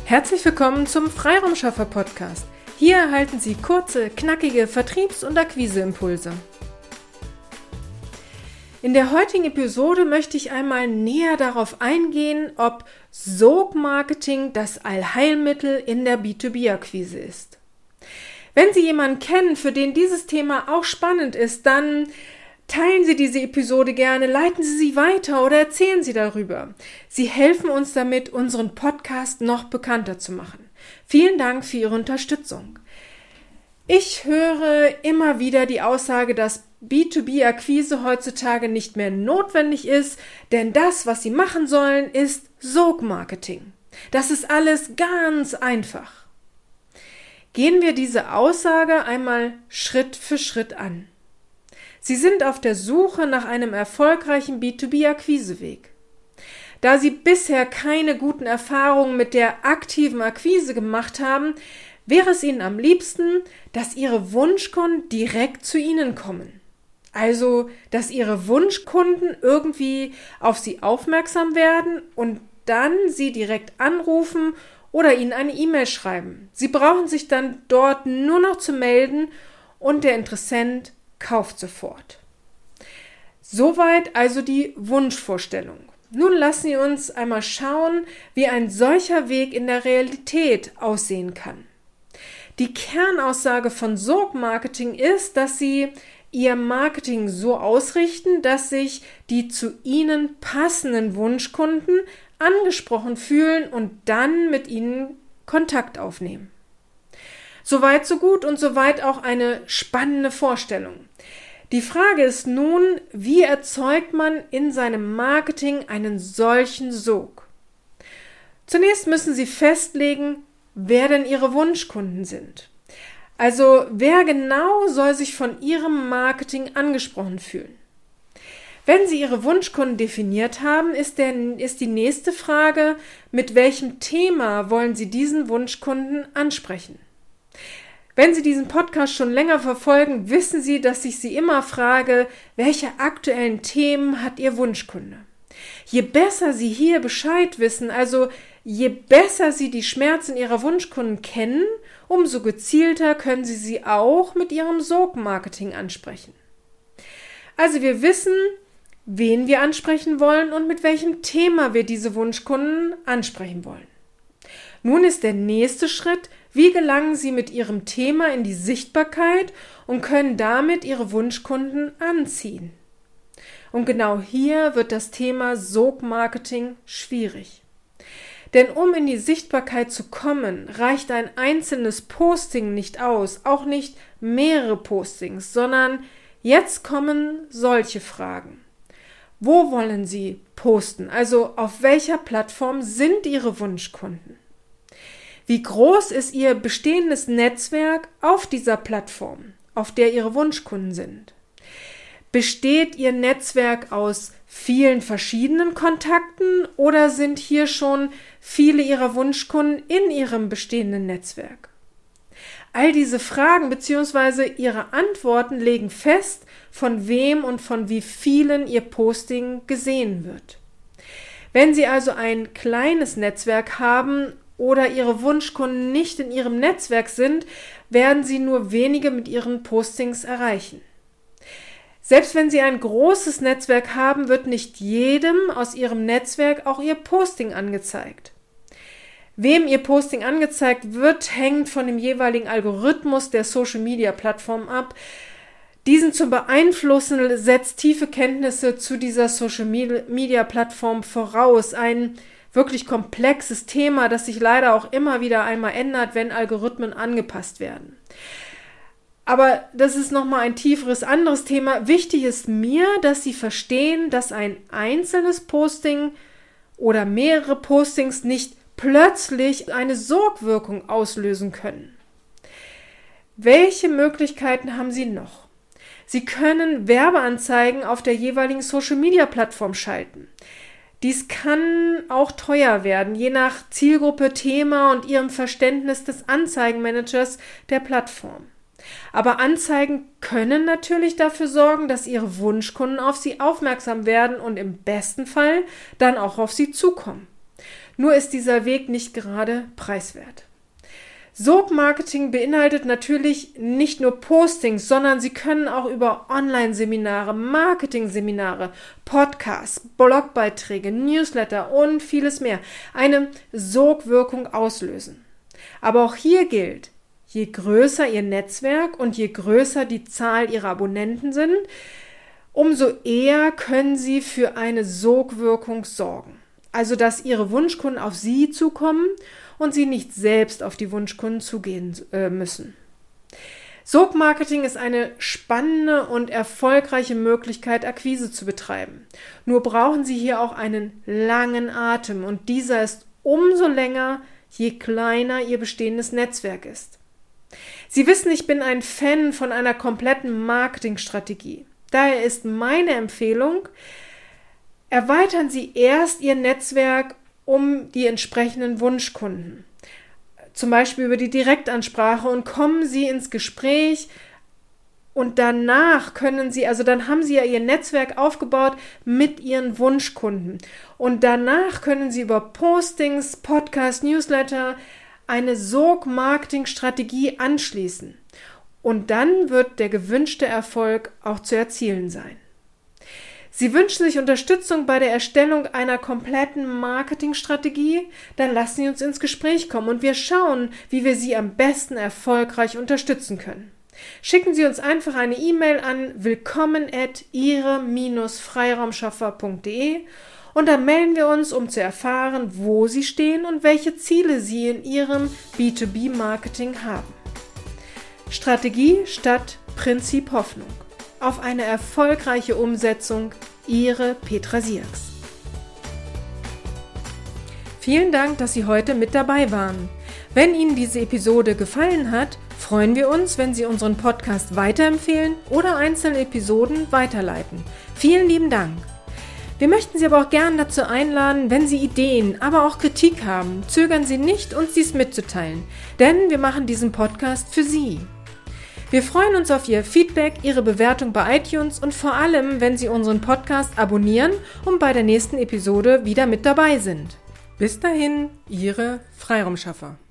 Herzlich willkommen zum Freiraumschaffer-Podcast. Hier erhalten Sie kurze, knackige Vertriebs- und Akquiseimpulse. In der heutigen Episode möchte ich einmal näher darauf eingehen, ob Sogmarketing das Allheilmittel in der B2B-Akquise ist. Wenn Sie jemanden kennen, für den dieses Thema auch spannend ist, dann teilen Sie diese Episode gerne, leiten Sie sie weiter oder erzählen Sie darüber. Sie helfen uns damit, unseren Podcast noch bekannter zu machen. Vielen Dank für Ihre Unterstützung. Ich höre immer wieder die Aussage, dass B2B-Akquise heutzutage nicht mehr notwendig ist, denn das, was Sie machen sollen, ist Sogmarketing. Das ist alles ganz einfach. Gehen wir diese Aussage einmal Schritt für Schritt an. Sie sind auf der Suche nach einem erfolgreichen B2B-Akquiseweg. Da Sie bisher keine guten Erfahrungen mit der aktiven Akquise gemacht haben, wäre es Ihnen am liebsten, dass Ihre Wunschkunden direkt zu Ihnen kommen. Also, dass Ihre Wunschkunden irgendwie auf Sie aufmerksam werden und dann Sie direkt anrufen oder Ihnen eine E-Mail schreiben. Sie brauchen sich dann dort nur noch zu melden und der Interessent kauft sofort. Soweit also die Wunschvorstellung. Nun lassen Sie uns einmal schauen, wie ein solcher Weg in der Realität aussehen kann. Die Kernaussage von Sogmarketing ist, dass Sie Ihr Marketing so ausrichten, dass sich die zu Ihnen passenden Wunschkunden angesprochen fühlen und dann mit Ihnen Kontakt aufnehmen. Soweit so gut und soweit auch eine spannende Vorstellung. Die Frage ist nun, wie erzeugt man in seinem Marketing einen solchen Sog? Zunächst müssen Sie festlegen, wer denn Ihre Wunschkunden sind. Also wer genau soll sich von Ihrem Marketing angesprochen fühlen? Wenn Sie Ihre Wunschkunden definiert haben, ist die nächste Frage, mit welchem Thema wollen Sie diesen Wunschkunden ansprechen? Wenn Sie diesen Podcast schon länger verfolgen, wissen Sie, dass ich Sie immer frage, welche aktuellen Themen hat Ihr Wunschkunde? Je besser Sie hier Bescheid wissen, also je besser Sie die Schmerzen Ihrer Wunschkunden kennen, umso gezielter können Sie sie auch mit Ihrem Sogmarketing ansprechen. Also wir wissen, wen wir ansprechen wollen und mit welchem Thema wir diese Wunschkunden ansprechen wollen. Nun ist der nächste Schritt, wie gelangen Sie mit Ihrem Thema in die Sichtbarkeit und können damit Ihre Wunschkunden anziehen? Und genau hier wird das Thema Sogmarketing schwierig. Denn um in die Sichtbarkeit zu kommen, reicht ein einzelnes Posting nicht aus, auch nicht mehrere Postings, sondern jetzt kommen solche Fragen. Wo wollen Sie posten? Also auf welcher Plattform sind Ihre Wunschkunden? Wie groß ist Ihr bestehendes Netzwerk auf dieser Plattform, auf der Ihre Wunschkunden sind? Besteht Ihr Netzwerk aus vielen verschiedenen Kontakten oder sind hier schon viele Ihrer Wunschkunden in Ihrem bestehenden Netzwerk? All diese Fragen bzw. Ihre Antworten legen fest, von wem und von wie vielen Ihr Posting gesehen wird. Wenn Sie also ein kleines Netzwerk haben oder Ihre Wunschkunden nicht in Ihrem Netzwerk sind, werden Sie nur wenige mit Ihren Postings erreichen. Selbst wenn Sie ein großes Netzwerk haben, wird nicht jedem aus Ihrem Netzwerk auch Ihr Posting angezeigt. Wem Ihr Posting angezeigt wird, hängt von dem jeweiligen Algorithmus der Social-Media-Plattform ab. Diesen zu beeinflussen, setzt tiefe Kenntnisse zu dieser Social-Media-Plattform voraus. Ein wirklich komplexes Thema, das sich leider auch immer wieder einmal ändert, wenn Algorithmen angepasst werden. Aber das ist nochmal ein tieferes, anderes Thema. Wichtig ist mir, dass Sie verstehen, dass ein einzelnes Posting oder mehrere Postings nicht plötzlich eine Sogwirkung auslösen können. Welche Möglichkeiten haben Sie noch? Sie können Werbeanzeigen auf der jeweiligen Social-Media-Plattform schalten. Dies kann auch teuer werden, je nach Zielgruppe, Thema und Ihrem Verständnis des Anzeigenmanagers der Plattform. Aber Anzeigen können natürlich dafür sorgen, dass Ihre Wunschkunden auf Sie aufmerksam werden und im besten Fall dann auch auf Sie zukommen. Nur ist dieser Weg nicht gerade preiswert. Sog-Marketing beinhaltet natürlich nicht nur Postings, sondern Sie können auch über Online-Seminare, Marketing-Seminare, Podcasts, Blogbeiträge, Newsletter und vieles mehr eine Sogwirkung auslösen. Aber auch hier gilt, je größer Ihr Netzwerk und je größer die Zahl Ihrer Abonnenten sind, umso eher können Sie für eine Sogwirkung sorgen. Also, dass Ihre Wunschkunden auf Sie zukommen und Sie nicht selbst auf die Wunschkunden zugehen müssen. Sog-Marketing ist eine spannende und erfolgreiche Möglichkeit, Akquise zu betreiben. Nur brauchen Sie hier auch einen langen Atem und dieser ist umso länger, je kleiner Ihr bestehendes Netzwerk ist. Sie wissen, ich bin ein Fan von einer kompletten Marketingstrategie. Daher ist meine Empfehlung, erweitern Sie erst Ihr Netzwerk um die entsprechenden Wunschkunden. Zum Beispiel über die Direktansprache und kommen Sie ins Gespräch und danach dann haben Sie ja Ihr Netzwerk aufgebaut mit Ihren Wunschkunden. Und danach können Sie über Postings, Podcasts, Newsletter eine Sog-Marketing-Strategie anschließen. Und dann wird der gewünschte Erfolg auch zu erzielen sein. Sie wünschen sich Unterstützung bei der Erstellung einer kompletten Marketingstrategie? Dann lassen Sie uns ins Gespräch kommen und wir schauen, wie wir Sie am besten erfolgreich unterstützen können. Schicken Sie uns einfach eine E-Mail an willkommen@ihre-freiraumschaffer.de und dann melden wir uns, um zu erfahren, wo Sie stehen und welche Ziele Sie in Ihrem B2B-Marketing haben. Strategie statt Prinzip Hoffnung. Auf eine erfolgreiche Umsetzung, Ihre Petra Sierks. Vielen Dank, dass Sie heute mit dabei waren. Wenn Ihnen diese Episode gefallen hat, freuen wir uns, wenn Sie unseren Podcast weiterempfehlen oder einzelne Episoden weiterleiten. Vielen lieben Dank. Wir möchten Sie aber auch gern dazu einladen, wenn Sie Ideen, aber auch Kritik haben, zögern Sie nicht, uns dies mitzuteilen, denn wir machen diesen Podcast für Sie. Wir freuen uns auf Ihr Feedback, Ihre Bewertung bei iTunes und vor allem, wenn Sie unseren Podcast abonnieren und bei der nächsten Episode wieder mit dabei sind. Bis dahin, Ihre Freiraumschaffer.